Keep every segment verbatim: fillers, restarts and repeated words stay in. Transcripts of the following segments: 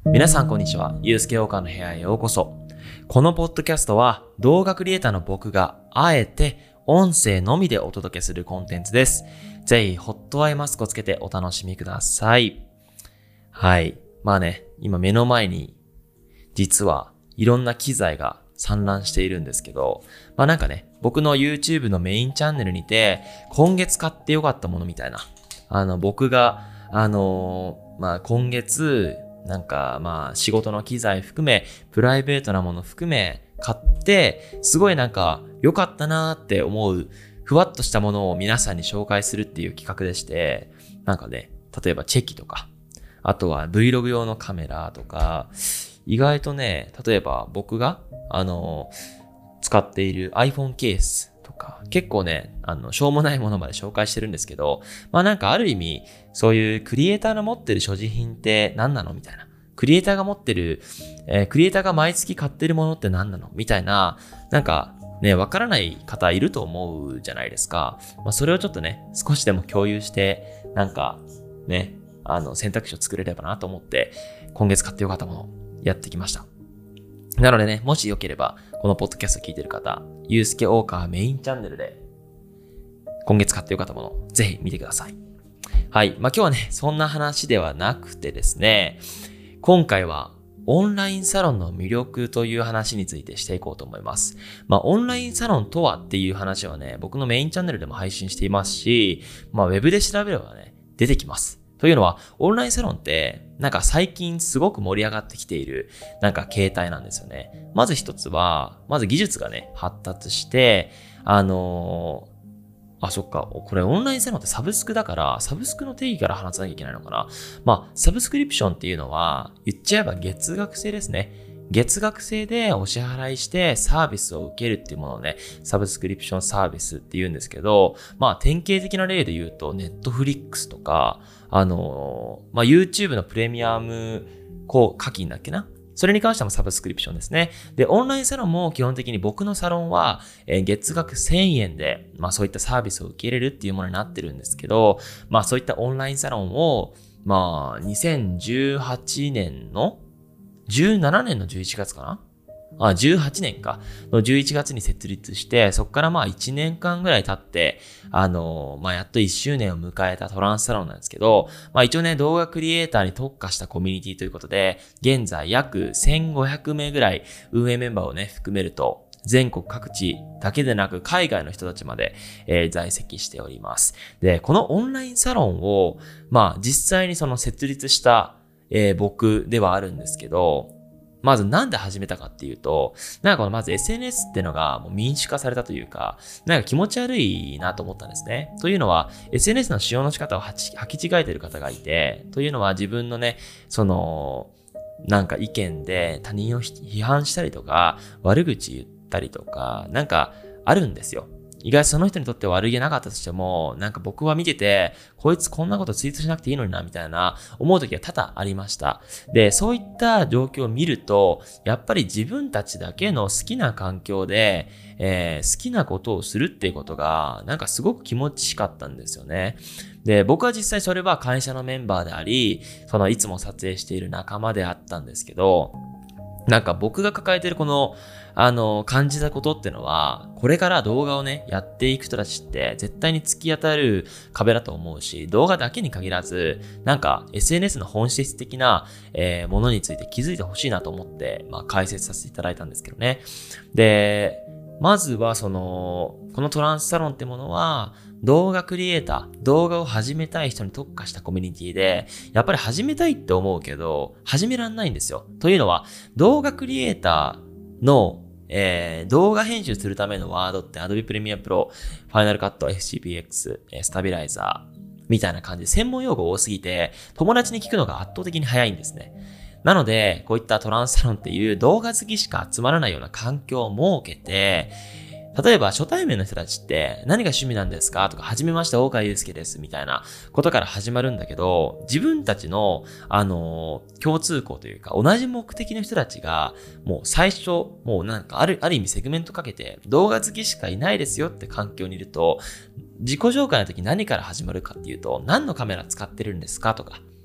皆さんこんにちは。ゆうすけおかの部屋へようこそ。このポッドキャストは動画クリエイターの僕があえて音声のみでお届けするコンテンツです。ぜひホットアイマスクをつけてお楽しみください。はい。まあね、今目の前に実はいろんな機材が散乱しているんですけど、まあなんかね、僕の YouTube のメインチャンネルにて今月買ってよかったものみたいな、あの僕があのー、まあ今月なんかまあ仕事の機材含めプライベートなもの含め買ってすごいなんか良かったなーって思うふわっとしたものを皆さんに紹介するっていう企画でして、なんかね、例えばチェキとか、あとは Vlog 用のカメラとか、意外とね、例えば僕があの使っている iPhone ケースとか、結構ね、あのしょうもないものまで紹介してるんですけど、まあなんかある意味そういうクリエイターの持ってる所持品って何なのみたいな。クリエイターが持ってる、えー、クリエイターが毎月買ってるものって何なのみたいな、なんかね、わからない方いると思うじゃないですか。まあそれをちょっとね、少しでも共有して、なんかね、あの選択肢を作れればなと思って、今月買ってよかったものをやってきました。なのでね、もしよければ、このポッドキャスト聞いてる方、ゆうすけおうかメインチャンネルで、今月買ってよかったものをぜひ見てください。はい。まあ今日はね、そんな話ではなくてですね、今回はオンラインサロンの魅力という話についてしていこうと思います。まあオンラインサロンとはっていう話はね、僕のメインチャンネルでも配信していますし、まあウェブで調べればね、出てきます。というのは、オンラインサロンって、なんか最近すごく盛り上がってきている、なんか形態なんですよね。まず一つは、まず技術がね、発達して、あのー、あ、そっか。これオンラインサロンってサブスクだから、サブスクの定義から話さなきゃいけないのかな。まあ、サブスクリプションっていうのは、言っちゃえば月額制ですね。月額制でお支払いしてサービスを受けるっていうものをね、サブスクリプションサービスって言うんですけど、まあ典型的な例で言うと、ネットフリックスとか、あのー、まあ YouTube のプレミアムこう課金だっけな。それに関してもサブスクリプションですね。で、オンラインサロンも基本的に僕のサロンは、えー、月額せんえんで、まあそういったサービスを受け入れるっていうものになってるんですけど、まあそういったオンラインサロンを、まあにせんじゅうはちねんのじゅうななねんのじゅういちがつかなあ、じゅうはちねんか。のじゅういちがつに設立して、そこからまあいちねんかんぐらい経って、あのー、まあやっといっしゅうねんを迎えたトランスサロンなんですけど、まあ一応ね、動画クリエイターに特化したコミュニティということで、現在約せんごひゃくめいぐらい運営メンバーをね、含めると、全国各地だけでなく海外の人たちまで、えー、在籍しております。で、このオンラインサロンを、まあ実際にその設立した、えー、僕ではあるんですけど、まずなんで始めたかっていうと、なんかこのまず エスエヌエス っていうのがもう民主化されたというか、なんか気持ち悪いなと思ったんですね。というのは エスエヌエス の使用の仕方を履き違えている方がいて、というのは自分のね、その、なんか意見で他人を批判したりとか、悪口言ったりとか、なんかあるんですよ。意外とその人にとって悪気なかったとしても、なんか僕は見てて、こいつこんなことツイートしなくていいのにな、みたいな思う時が多々ありました。で、そういった状況を見ると、やっぱり自分たちだけの好きな環境で、えー、好きなことをするっていうことが、なんかすごく気持ちよかったんですよね。で、僕は実際それは会社のメンバーであり、そのいつも撮影している仲間であったんですけど、なんか僕が抱えてるこの、あの、感じたことってのは、これから動画をね、やっていく人たちって絶対に突き当たる壁だと思うし、動画だけに限らず、なんか エスエヌエス の本質的な、えー、ものについて気づいてほしいなと思って、まあ解説させていただいたんですけどね。で、まずはその、このトランスサロンってものは、動画クリエイター、動画を始めたい人に特化したコミュニティで、やっぱり始めたいって思うけど、始めらんないんですよ。というのは、動画クリエイターの、えー、動画編集するためのワードって Adobe Premiere Pro、Final Cut、エフシーピーエックス、スタビライザーみたいな感じで専門用語多すぎて、友達に聞くのが圧倒的に早いんですね。なので、こういったトランスサロンっていう動画好きしか集まらないような環境を設けて、例えば初対面の人たちって何が趣味なんですかとか、はじめまして大川祐介ですみたいなことから始まるんだけど、自分たちのあの共通項というか同じ目的の人たちがもう最初もうなんかあるある意味セグメントかけて動画好きしかいないですよって環境にいると、自己紹介の時何から始まるかっていうと、何のカメラ使ってるんですかとか、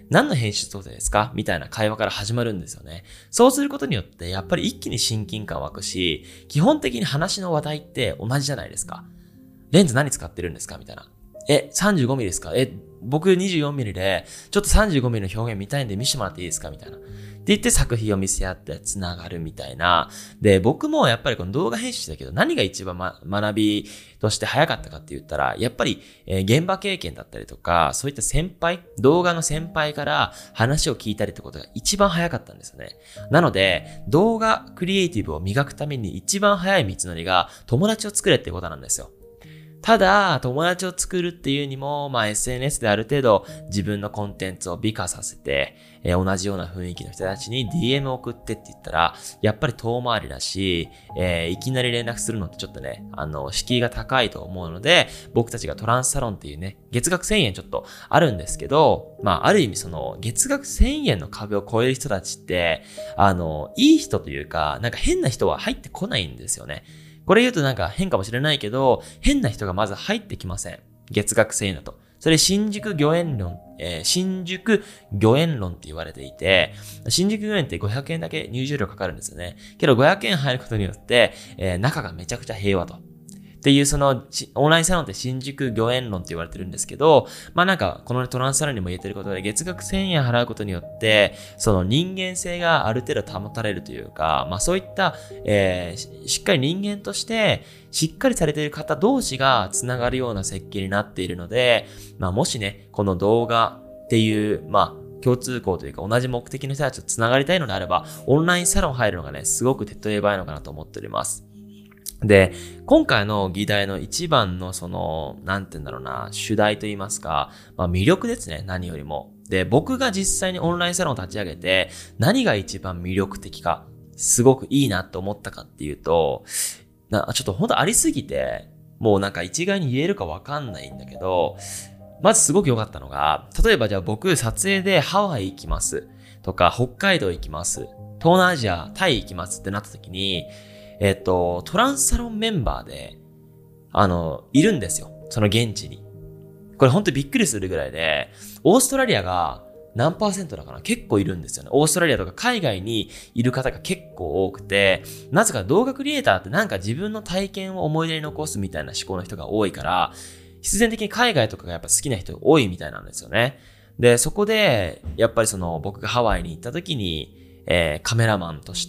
何の編集ソフトですかみたいな会話から始まるんですよね。そうすることによって、やっぱり一気に親近感湧くし、基本的に話の話題って同じじゃないですか。レンズ何使ってるんですかみたいな。え、さんじゅうごミリ ですかえ、僕 にじゅうよんミリ で、ちょっと さんじゅうごミリ の表現見たいんで見せてもらっていいですかみたいな。って言って作品を見せ合って繋がるみたいな。で、僕もやっぱりこの動画編集だけど、何が一番、ま、学びとして早かったかって言ったら、やっぱり、えー、現場経験だったりとか、そういった先輩、動画の先輩から話を聞いたりってことが一番早かったんですよね。なので、動画クリエイティブを磨くために一番早い道のりが友達を作れってことなんですよ。ただ、友達を作るっていうにも、まあ エスエヌエス である程度自分のコンテンツを美化させて、えー、同じような雰囲気の人たちに ディーエム を送ってって言ったら、やっぱり遠回りだし、えー、いきなり連絡するのってちょっとね、あの、敷居が高いと思うので、僕たちがトランスサロンっていうね、月額せんえんちょっとあるんですけど、まあ、ある意味その、月額せんえんの壁を超える人たちって、あの、いい人というか、なんか変な人は入ってこないんですよね。これ言うとなんか変かもしれないけど、変な人がまず入ってきません。月額せんえんだと。それ新宿御苑論、えー、新宿御苑論って言われていて、新宿御苑ってごひゃくえんだけ入場料かかるんですよね。けどごひゃくえん入ることによって、えー、中がめちゃくちゃ平和と。っていうそのオンラインサロンって新宿御苑論って言われてるんですけど、まあなんかこのトランスサロンにも言えてることで月額せんえん払うことによってその人間性がある程度保たれるというか、まあそういった、えー、しっかり人間としてしっかりされている方同士がつながるような設計になっているので、まあもしねこの動画っていうまあ共通項というか同じ目的の人たちとつながりたいのであればオンラインサロン入るのがねすごく手っ取り早いのかなと思っております。で、今回の議題の一番のその、なんて言うんだろうな、主題と言いますか、まあ魅力ですね、何よりも。で、僕が実際にオンラインサロンを立ち上げて、何が一番魅力的か、すごくいいなと思ったかっていうと、なちょっとほんとありすぎて、もうなんか一概に言えるかわかんないんだけど、まずすごく良かったのが、例えばじゃあ僕撮影でハワイ行きますとか、北海道行きます、東南アジア、タイ行きますってなった時に、えっと、トランスサロンメンバーで、あの、いるんですよ。その現地に。これほんとびっくりするぐらいで、オーストラリアが何パーセントだかな結構いるんですよね。オーストラリアとか海外にいる方が結構多くて、なぜか動画クリエイターってなんか自分の体験を思い出に残すみたいな思考の人が多いから、必然的に海外とかがやっぱ好きな人が多いみたいなんですよね。で、そこで、やっぱりその僕がハワイに行った時に、えー、カメラマンとして、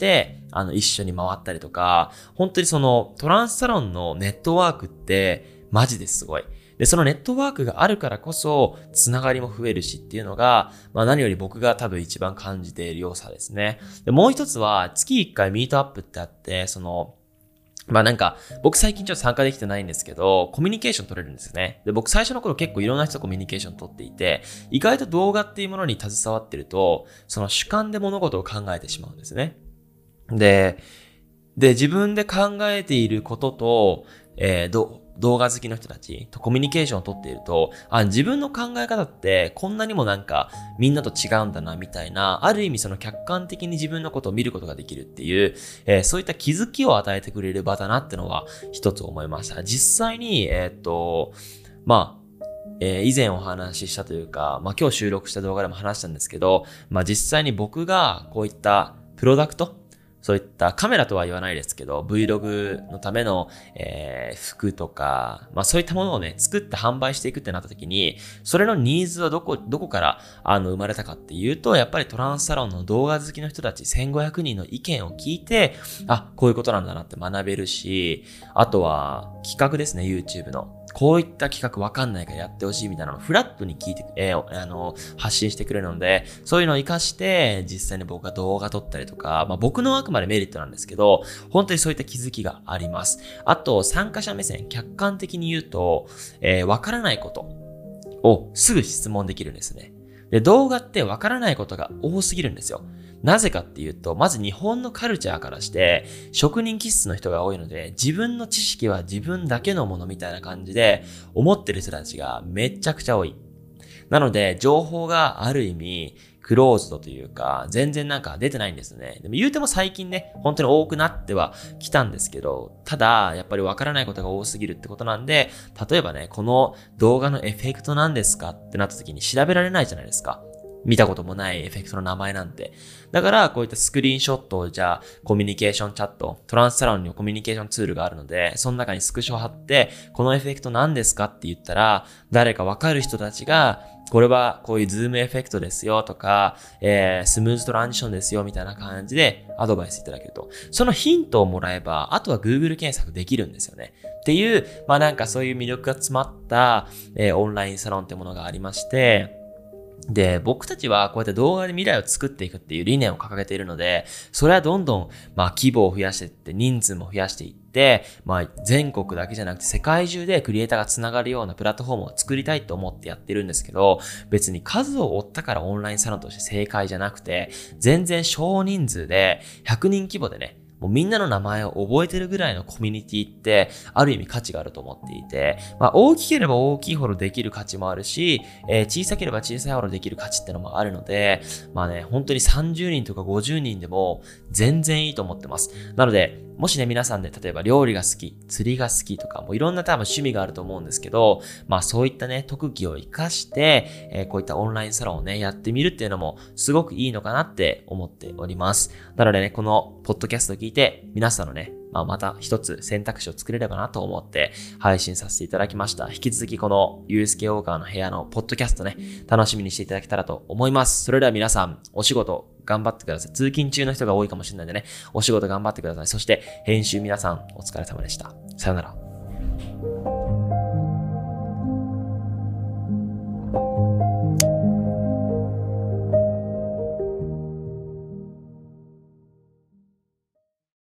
あの、一緒に回ったりとか、本当にそのトランスサロンのネットワークってマジですごい。で、そのネットワークがあるからこそ、つながりも増えるしっていうのが、まあ何より僕が多分一番感じている良さですね。で、もう一つは、月一回ミートアップってあって、その、まあなんか、僕最近ちょっと参加できてないんですけど、コミュニケーション取れるんですよね。で、僕最初の頃結構いろんな人とコミュニケーション取っていて、意外と動画っていうものに携わってると、その主観で物事を考えてしまうんですね。で、で、自分で考えていることと、えー、ど、動画好きの人たちとコミュニケーションを取っていると、あ、自分の考え方ってこんなにもなんかみんなと違うんだなみたいな、ある意味その客観的に自分のことを見ることができるっていう、えー、そういった気づきを与えてくれる場だなってのは一つ思いました。実際に、えー、っと、まあ、えー、以前お話ししたというか、まあ今日収録した動画でも話したんですけど、まあ実際に僕がこういったプロダクト、そういったカメラとは言わないですけど、Vlog のための、えー、服とか、まあそういったものをね、作って販売していくってなった時に、それのニーズはどこ、どこからあの生まれたかっていうと、やっぱりトランスサロンの動画好きの人たちせんごひゃくにんの意見を聞いて、あ、こういうことなんだなって学べるし、あとは企画ですね、YouTube の。こういった企画わかんないからやってほしいみたいなのをフラットに聞いて、えー、あの、発信してくれるので、そういうのを活かして、実際に僕が動画撮ったりとか、まあ僕のあくまでメリットなんですけど、本当にそういった気づきがあります。あと、参加者目線、客観的に言うと、えー、わからないことをすぐ質問できるんですね。で、動画ってわからないことが多すぎるんですよ。なぜかっていうと、まず日本のカルチャーからして、職人気質の人が多いので、自分の知識は自分だけのものみたいな感じで思ってる人たちがめちゃくちゃ多い。なので、情報がある意味、クローズドというか、全然なんか出てないんですね。でも言うても最近ね、本当に多くなってはきたんですけど、ただ、やっぱりわからないことが多すぎるってことなんで、例えばね、この動画のエフェクトなんですかってなった時に調べられないじゃないですか。 見たこともないエフェクトの名前なんて。だから、こういったスクリーンショットをじゃあ、コミュニケーションチャット、トランスサロンにもコミュニケーションツールがあるので、その中にスクショを貼って、このエフェクト何ですかって言ったら、誰かわかる人たちが、これはこういうズームエフェクトですよとか、えー、スムーズトランジションですよみたいな感じでアドバイスいただけると。そのヒントをもらえば、あとは Google 検索できるんですよね。っていう、まあなんかそういう魅力が詰まった、えー、オンラインサロンってものがありまして、で、僕たちはこうやって動画で未来を作っていくっていう理念を掲げているので、それはどんどん、まあ規模を増やしていって、人数も増やしていって、まあ全国だけじゃなくて世界中でクリエイターがつながるようなプラットフォームを作りたいと思ってやってるんですけど、別に数を追ったからオンラインサロンとして正解じゃなくて、全然少人数でひゃくにん規模でね、もうみんなの名前を覚えてるぐらいのコミュニティって、ある意味価値があると思っていて、まあ大きければ大きいほどできる価値もあるし、えー、小さければ小さいほどできる価値ってのもあるので、まあね、本当にさんじゅうにんとかごじゅうにんでも全然いいと思ってます。なので、もしね、皆さんで例えば料理が好き、釣りが好きとか、もういろんな多分趣味があると思うんですけど、まあそういったね、特技を活かして、えー、こういったオンラインサロンをね、やってみるっていうのもすごくいいのかなって思っております。なのでね、このポッドキャストを聞いて、皆さんのね、まあ、また一つ選択肢を作れればなと思って配信させていただきました。引き続きこのユースケウォーカーの部屋のポッドキャストね、楽しみにしていただけたらと思います。それでは皆さん、お仕事頑張ってください。通勤中の人が多いかもしれないんでね、お仕事頑張ってください。そして編集皆さんお疲れ様でした。さよなら。